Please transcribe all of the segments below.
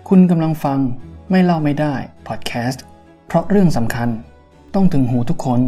คุณกำลังฟังไม่เล่าไม่ได้พอดแคสต์เพราะเรื่องสำคัญต้องถึงหูทุกคน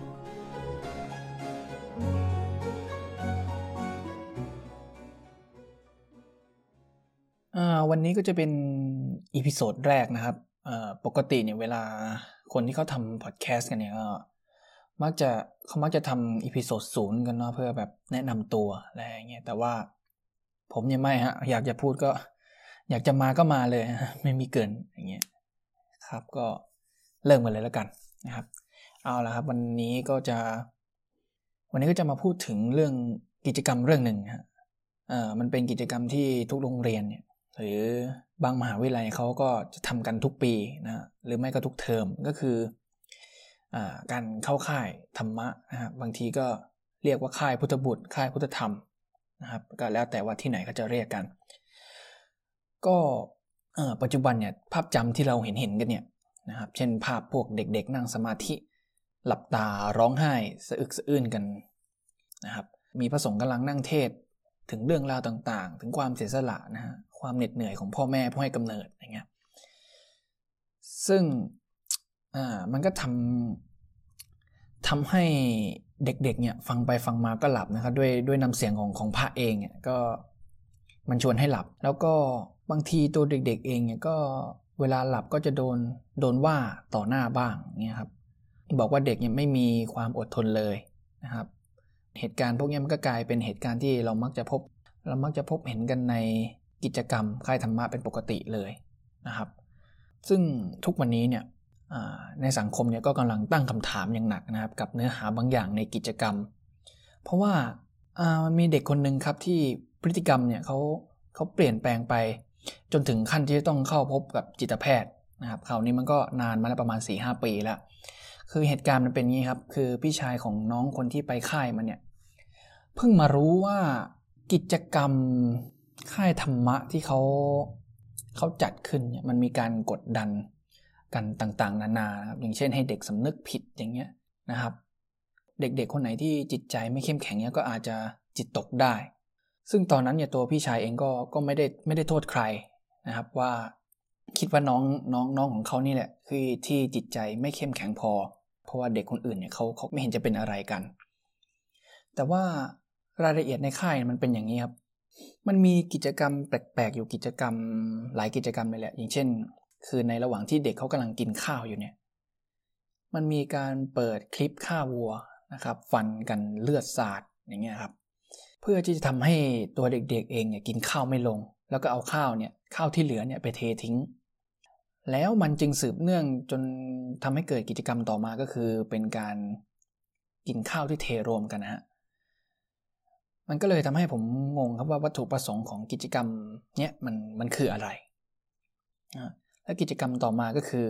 วันนี้ก็จะเป็นอีพิโซดแรกนะครับปกติเนี่ยเวลาคนที่เขาทำพอดแคสต์กันเนี่ยเขามักจะทำอีพิโซด0กันเนาะเพื่อแบบแนะนำตัวอะไรอย่างเงี้ยแต่ว่าผมเนี่ยไม่ฮะอยากจะพูดก็อยากจะมาก็มาเลยไม่มีเกินอย่างเงี้ยครับก็เริ่มกันเลยแล้วกันนะครับเอาละครับวันนี้ก็จะมาพูดถึงเรื่องกิจกรรมเรื่องหนึ่งฮะมันเป็นกิจกรรมที่ทุกโรงเรียนเนี่ยหรือบางมหาวิทยาลัยเขาก็จะทำกันทุกปีนะหรือไม่ก็ทุกเทอมก็คือการเข้าค่ายธรรมะนะครับบางทีก็เรียกว่าค่ายพุทธบุตรค่ายพุทธธรรมนะครับก็แล้วแต่ว่าที่ไหนเขาจะเรียกกันก็ปัจจุบันเนี่ยภาพจำที่เราเห็นกันเนี่ยนะครับเช่นภาพพวกเด็กๆนั่งสมาธิหลับตาร้องไห้สะอึกสะอื้นกันนะครับมีพระสงฆ์กำลังนั่งเทศถึงเรื่องราวต่างๆถึงความเสียสละนะฮะความเหน็ดเหนื่อยของพ่อแม่ผู้ให้กำเนิดอย่างเงี้ยซึ่งมันก็ทำให้เด็กๆเนี่ยฟังไปฟังมาก็หลับนะครับด้วยน้ำเสียงของพระเองเนี่ยก็มันชวนให้หลับแล้วก็บางทีตัวเด็กๆเองเนี่ยก็เวลาหลับก็จะโดนว่าต่อหน้าบ้างเนี่ยครับบอกว่าเด็กเนี่ยไม่มีความอดทนเลยนะครับเหตุการณ์พวกนี้มันก็กลายเป็นเหตุการณ์ที่เรามักจะพบเห็นกันในกิจกรรมค่ายธรรมะเป็นปกติเลยนะครับซึ่งทุกวันนี้เนี่ยในสังคมเนี่ยก็กำลังตั้งคำถามอย่างหนักนะครับกับเนื้อหาบางอย่างในกิจกรรมเพราะว่ามันมีเด็กคนนึงครับที่พฤติกรรมเนี่ยเขาเปลี่ยนแปลงไปจนถึงขั้นที่ต้องเข้าพบกับจิตแพทย์นะครับคราวนี้มันก็นานมาแล้วประมาณ 4-5 ปีแล้วคือเหตุการณ์มันเป็นงี้ครับคือพี่ชายของน้องคนที่ไปค่ายมันเนี่ยเพิ่งมารู้ว่ากิจกรรมค่ายธรรมะที่เขาจัดขึ้นเนี่ยมันมีการกดดันกันต่างๆนานาครับอย่างเช่นให้เด็กสำนึกผิดอย่างเงี้ยนะครับเด็กๆคนไหนที่จิตใจไม่เข้มแข็งเนี่ยก็อาจจะจิตตกได้ซึ่งตอนนั้นเนี่ยตัวพี่ชายเองก็ไม่ได้โทษใครนะครับว่าคิดว่าน้องของเขานี่แหละคือที่จิตใจไม่เข้มแข็งพอเพราะว่าเด็กคนอื่นเนี่ยเขาไม่เห็นจะเป็นอะไรกันแต่ว่ารายละเอียดในค่ายมันเป็นอย่างนี้ครับมันมีกิจกรรมแปลกๆอยู่กิจกรรมหลายกิจกรรมเลยแหละอย่างเช่นคือในระหว่างที่เด็กเขากำลังกินข้าวอยู่เนี่ยมันมีการเปิดคลิปฆ่าวัวนะครับฟันกันเลือดสาดอย่างเงี้ยครับเพื่อที่จะทำให้ตัวเด็กๆเองเนี่ยกินข้าวไม่ลงแล้วก็เอาข้าวที่เหลือเนี่ยไปเททิ้งแล้วมันจึงสืบเนื่องจนทำให้เกิดกิจกรรมต่อมาก็คือเป็นการกินข้าวที่เทรวมกันนะฮะมันก็เลยทำให้ผมงงครับว่าวัตถุประสงค์ของกิจกรรมเนี่ยมันคืออะไรและกิจกรรมต่อมาก็คือ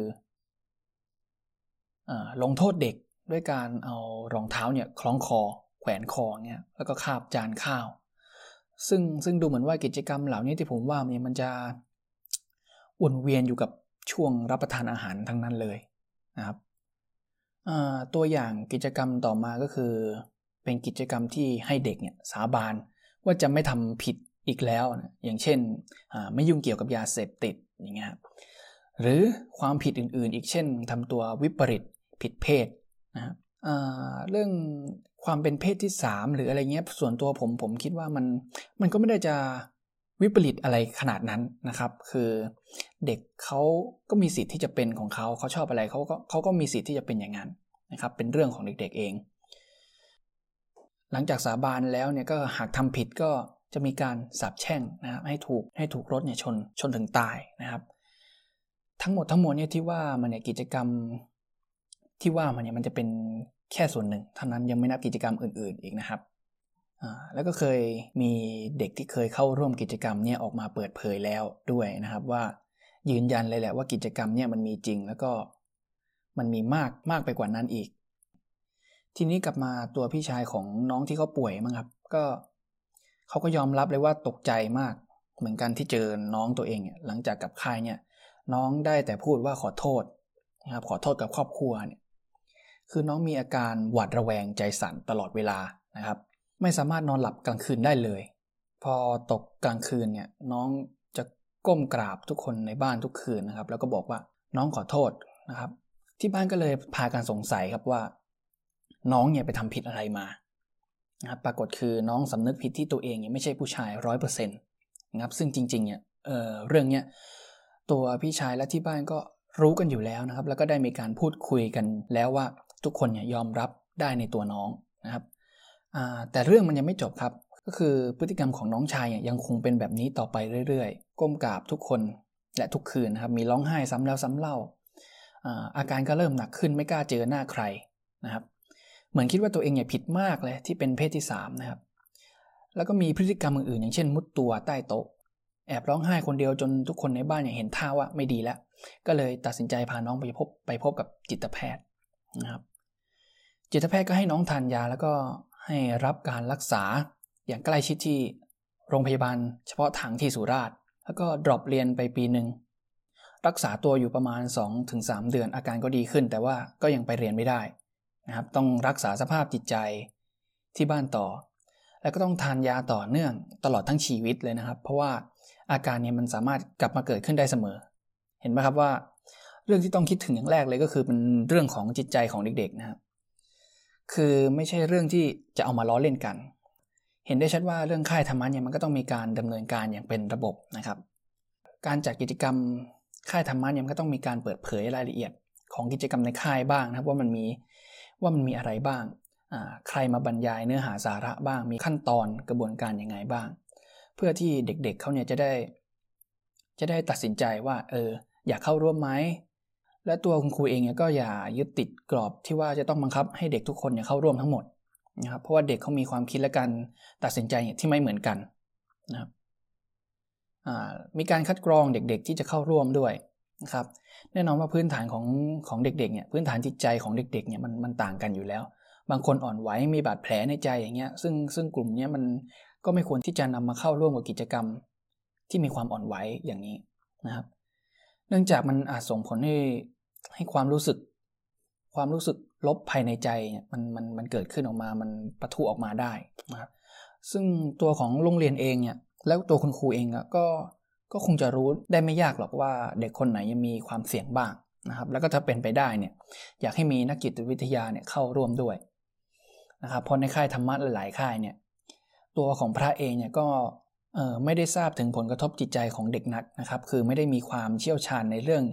ลงโทษเด็กด้วยการเอารองเท้าเนี่ยคล้องคอแขวนคอเนี่ยแล้วก็คาบจานข้าวซึ่งดูเหมือนว่ากิจกรรมเหล่านี้ที่ผมว่าเนี่ยมันจะวนเวียนอยู่กับช่วงรับประทานอาหารทั้งนั้นเลยนะครับตัวอย่างกิจกรรมต่อมาก็คือเป็นกิจกรรมที่ให้เด็กเนี่ยสาบานว่าจะไม่ทำผิดอีกแล้วนะอย่างเช่นไม่ยุ่งเกี่ยวกับยาเสพติดอย่างเงี้ยหรือความผิดอื่นๆอีกเช่นทำตัววิปริตผิดเพศนะครับเรื่องความเป็นเพศที่3หรืออะไรเงี้ยส่วนตัวผมคิดว่ามันก็ไม่ได้จะวิปริตอะไรขนาดนั้นนะครับคือเด็กเขาก็มีสิทธิ์ที่จะเป็นของเขาชอบอะไรเขาก็มีสิทธิ์ที่จะเป็นอย่างนั้นนะครับเป็นเรื่องของเด็กๆเองหลังจากสาบานแล้วเนี่ยก็หากทำผิดก็จะมีการสาปแช่งนะครับให้ถูกรถเนี่ยชนถึงตายนะครับทั้งหมดเนี่ยที่ว่ามันเนี่ยกิจกรรมที่ว่ามันเนี่ยมันจะเป็นแค่ส่วนหนึ่งเท่านั้นยังไม่นับกิจกรรมอื่นๆอีกนะครับแล้วก็เคยมีเด็กที่เคยเข้าร่วมกิจกรรมเนี่ยออกมาเปิดเผยแล้วด้วยนะครับว่ายืนยันเลยแหละว่ากิจกรรมเนี่ยมันมีจริงแล้วก็มันมีมากไปกว่านั้นอีกทีนี้กลับมาตัวพี่ชายของน้องที่เขาป่วยมั้งครับก็เขาก็ยอมรับเลยว่าตกใจมากเหมือนกันที่เจอน้องตัวเองเนี่ยหลังจากกลับค่ายเนี่ยน้องได้แต่พูดว่าขอโทษนะครับขอโทษกับครอบครัวเนี่ยคือน้องมีอาการหวาดระแวงใจสั่นตลอดเวลานะครับไม่สามารถนอนหลับกลางคืนได้เลยพอตกกลางคืนเนี่ยน้องจะก้มกราบทุกคนในบ้านทุกคืนนะครับแล้วก็บอกว่าน้องขอโทษนะครับที่บ้านก็เลยพากันสงสัยครับว่าน้องเนี่ยไปทำผิดอะไรมานะครับปรากฏคือน้องสำนึกผิดที่ตัวเองเนี่ยไม่ใช่ผู้ชาย 100% นะครับซึ่งจริงๆเนี่ยเรื่องเนี้ยตัวพี่ชายและที่บ้านก็รู้กันอยู่แล้วนะครับแล้วก็ได้มีการพูดคุยกันแล้วว่าทุกคนเนี่ยยอมรับได้ในตัวน้องนะครับแต่เรื่องมันยังไม่จบครับก็คือพฤติกรรมของน้องชายยังคงเป็นแบบนี้ต่อไปเรื่อยๆก้มกราบทุกคนและทุกคืนนะครับมีร้องไห้ซ้ำแล้วซ้ำเล่าอาการก็เริ่มหนักขึ้นไม่กล้าเจอหน้าใครนะครับเหมือนคิดว่าตัวเองเนี่ยผิดมากเลยที่เป็นเพศที่3นะครับแล้วก็มีพฤติกรรมอื่นๆอย่างเช่นมุดตัวใต้โต๊ะแอบร้องไห้คนเดียวจนทุกคนในบ้านเห็นท่าว่าไม่ดีแล้วก็เลยตัดสินใจพาน้องไปพบกับจิตแพทย์นะครับจิตแพทย์ก็ให้น้องทานยาแล้วก็ให้รับการรักษาอย่างใกล้ชิดที่โรงพยาบาลเฉพาะทางที่สุราษฎร์แล้วก็ดรอปเรียนไปปีนึงรักษาตัวอยู่ประมาณ 2-3 เดือนอาการก็ดีขึ้นแต่ว่าก็ยังไปเรียนไม่ได้นะครับต้องรักษาสภาพจิตใจที่บ้านต่อแล้วก็ต้องทานยาต่อเนื่องตลอดทั้งชีวิตเลยนะครับเพราะว่าอาการเนี่ยมันสามารถกลับมาเกิดขึ้นได้เสมอเห็นไหมครับว่าเรื่องที่ต้องคิดถึงอย่างแรกเลยก็คือเป็นเรื่องของจิตใจของเด็กๆนะครับคือไม่ใช่เรื่องที่จะเอามาล้อเล่นกันเห็นได้ชัดว่าเรื่องค่ายธรรมะเนี่ยมันก็ต้องมีการดำเนินการอย่างเป็นระบบนะครับการจัดกิจกรรมค่ายธรรมะเนี่ยมันก็ต้องมีการเปิดเผยรายละเอียดของกิจกรรมในค่ายบ้างนะครับว่ามันมีอะไรบ้างใครมาบรรยายเนื้อหาสาระบ้างมีขั้นตอนกระบวนการยังไงบ้างเพื่อที่เด็กๆเขาเนี่ยจะได้ตัดสินใจว่าอยากเข้าร่วมไหมและตัวคุณครูเองเนี่ยก็อย่ายึดติดกรอบที่ว่าจะต้องบังคับให้เด็กทุกคนเนี่ยเข้าร่วมทั้งหมดนะครับเพราะว่าเด็กเขามีความคิดและการตัดสินใจที่ไม่เหมือนกันนะครับมีการคัดกรองเด็กๆที่จะเข้าร่วมด้วยนะครับแน่นอนว่าพื้นฐานของเด็กๆเนี่ยพื้นฐานจิตใจของเด็กๆเนี่ยมันต่างกันอยู่แล้วบางคนอ่อนไหวมีบาดแผลในใจอย่างเงี้ยซึ่งกลุ่มนี้มันก็ไม่ควรที่จะนำมาเข้าร่วมกับกิจกรรมที่มีความอ่อนไหวอย่างนี้นะครับเนื่องจากมันอาจส่งผลให้ความรู้สึกลบภายในใจเนี่ยมันเกิดขึ้นออกมามันปะทุออกมาได้นะครับซึ่งตัวของโรงเรียนเองเนี่ยแล้วตัวคุณครูเองก็คงจะรู้ได้ไม่ยากหรอกว่าเด็กคนไหนยังมีความเสี่ยงบ้างนะครับแล้วก็ถ้าเป็นไปได้เนี่ยอยากให้มีนักจิตวิทยาเนี่ยเข้าร่วมด้วยนะครับเพราะในค่ายธรรมะหลายๆค่ายเนี่ยตัวของพระเองเนี่ยก็ไม่ได้ทราบถึงผลกระทบจิตใจของเด็กนักนะครับคือไม่ได้มีความเชี่ยวชาญในเรื่อง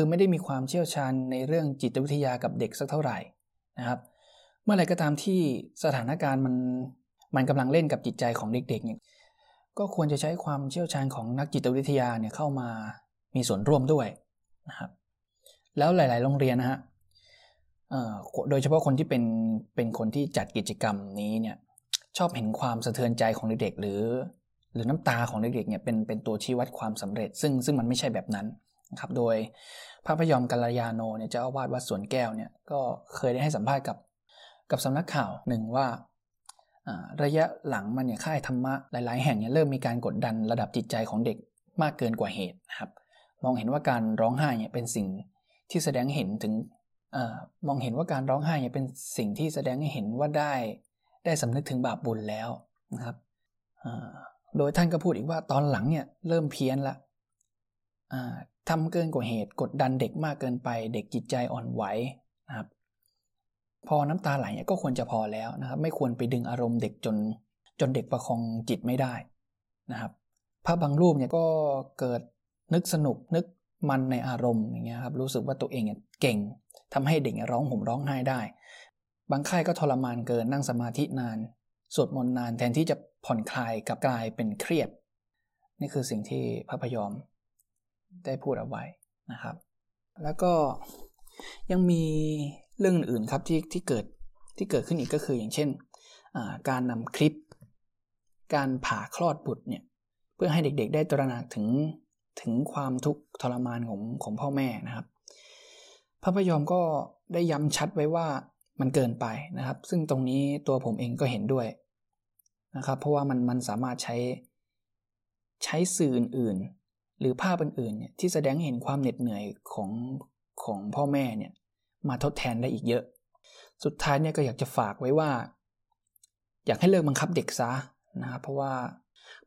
จิตวิทยากับเด็กสักเท่าไหร่นะครับเมื่อไหร่ก็ตามที่สถานการณ์มันกำลังเล่นกับจิตใจของเด็กๆเนี่ยก็ควรจะใช้ความเชี่ยวชาญของนักจิตวิทยาเนี่ยเข้ามามีส่วนร่วมด้วยนะครับแล้วหลายๆโรงเรียนนะฮะโดยเฉพาะคนที่เป็นคนที่จัดกิจกรรมนี้เนี่ยชอบเห็นความสะเทือนใจของเด็กๆหรือน้ำตาของเด็กๆเนี่ยเป็นตัวชี้วัดความสำเร็จซึ่งมันไม่ใช่แบบนั้นนะครับโดยพระพยอมกัลยาโนเนี่ยเจ้าอาวาสวัดสวนแก้วเนี่ยก็เคยได้ให้สัมภาษณ์กับสำนักข่าวหนึ่งว่าระยะหลังมันเนี่ยค่ายธรรมะหลายๆแห่งเนี่ยเริ่มมีการกดดันระดับจิตใจของเด็กมากเกินกว่าเหตุนะครับมองเห็นว่าการร้องไห้เนี่ยเป็นสิ่งที่แสดงเห็นถึงมองเห็นว่าการร้องไห้เนี่ยเป็นสิ่งที่แสดงให้เห็นว่าได้สำนึกถึงบาปบุญแล้วนะครับโดยท่านก็พูดอีกว่าตอนหลังเนี่ยเริ่มเพี้ยนละทำเกินกว่าเหตุกดดันเด็กมากเกินไปเด็กจิตใจอ่อนไหวนะครับพอน้ำตาไหลเนี่ยก็ควรจะพอแล้วนะครับไม่ควรไปดึงอารมณ์เด็กจนเด็กประคองจิตไม่ได้นะครับพระบางรูปเนี่ยก็เกิดนึกสนุกนึกมันในอารมณ์อย่างเงี้ยครับรู้สึกว่าตัวเองเนี่ยเก่งทำให้เด็กร้องห่มร้องไห้ได้บางค่ายก็ทรมานเกินนั่งสมาธินานสวดมนต์นานแทนที่จะผ่อนคลายกลับกลายเป็นเครียดนี่คือสิ่งที่พระพยอมได้พูดเอาไว้นะครับแล้วก็ยังมีเรื่องอื่นครับที่เกิดขึ้นอีกก็คืออย่างเช่นการนำคลิปการผ่าคลอดบุตรเนี่ยเพื่อให้เด็กๆได้ตระหนักถึงความทุกข์ทรมานของพ่อแม่นะครับพระพยอมก็ได้ย้ำชัดไว้ว่ามันเกินไปนะครับซึ่งตรงนี้ตัวผมเองก็เห็นด้วยนะครับเพราะว่ามันสามารถใช้สื่ออื่นๆหรือภาพอื่นๆเนี่ยที่แสดงให้เห็นความเหน็ดเหนื่อยของพ่อแม่เนี่ยมาทดแทนได้อีกเยอะสุดท้ายเนี่ยก็อยากจะฝากไว้ว่าอยากให้เลิกบังคับเด็กซะนะครับเพราะว่า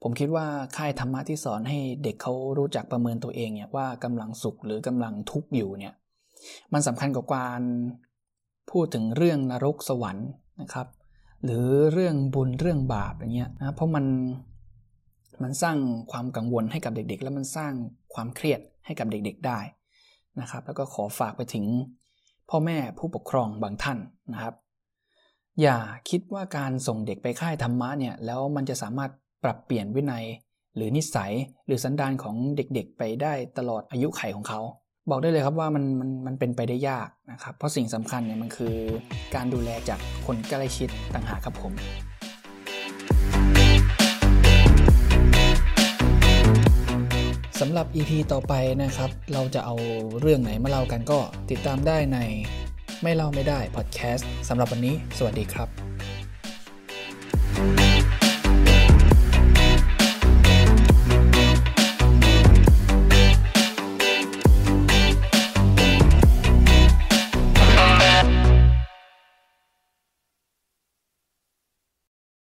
ผมคิดว่าค่ายธรรมะที่สอนให้เด็กเขารู้จักประเมินตัวเองเนี่ยว่ากำลังสุขหรือกำลังทุกข์อยู่เนี่ยมันสำคัญกว่าการพูดถึงเรื่องนรกสวรรค์นะครับหรือเรื่องบุญเรื่องบาปอย่างเงี้ยนะเพราะมันสร้างความกังวลให้กับเด็กๆแล้วมันสร้างความเครียดให้กับเด็กๆได้นะครับแล้วก็ขอฝากไปถึงพ่อแม่ผู้ปกครองบางท่านนะครับอย่าคิดว่าการส่งเด็กไปค่ายธรรมะเนี่ยแล้วมันจะสามารถปรับเปลี่ยนวินัยหรือนิสัยหรือสันดานของเด็กๆไปได้ตลอดอายุไขของเขาบอกได้เลยครับว่ามันเป็นไปได้ยากนะครับเพราะสิ่งสำคัญเนี่ยมันคือการดูแลจากคนใกล้ชิดต่างหากครับผมสำหรับ EP ต่อไปนะครับเราจะเอาเรื่องไหนมาเล่ากันก็ติดตามได้ในไม่เล่าไม่ได้พอดแคสต์สำหรับวันนี้สวัสดีครับ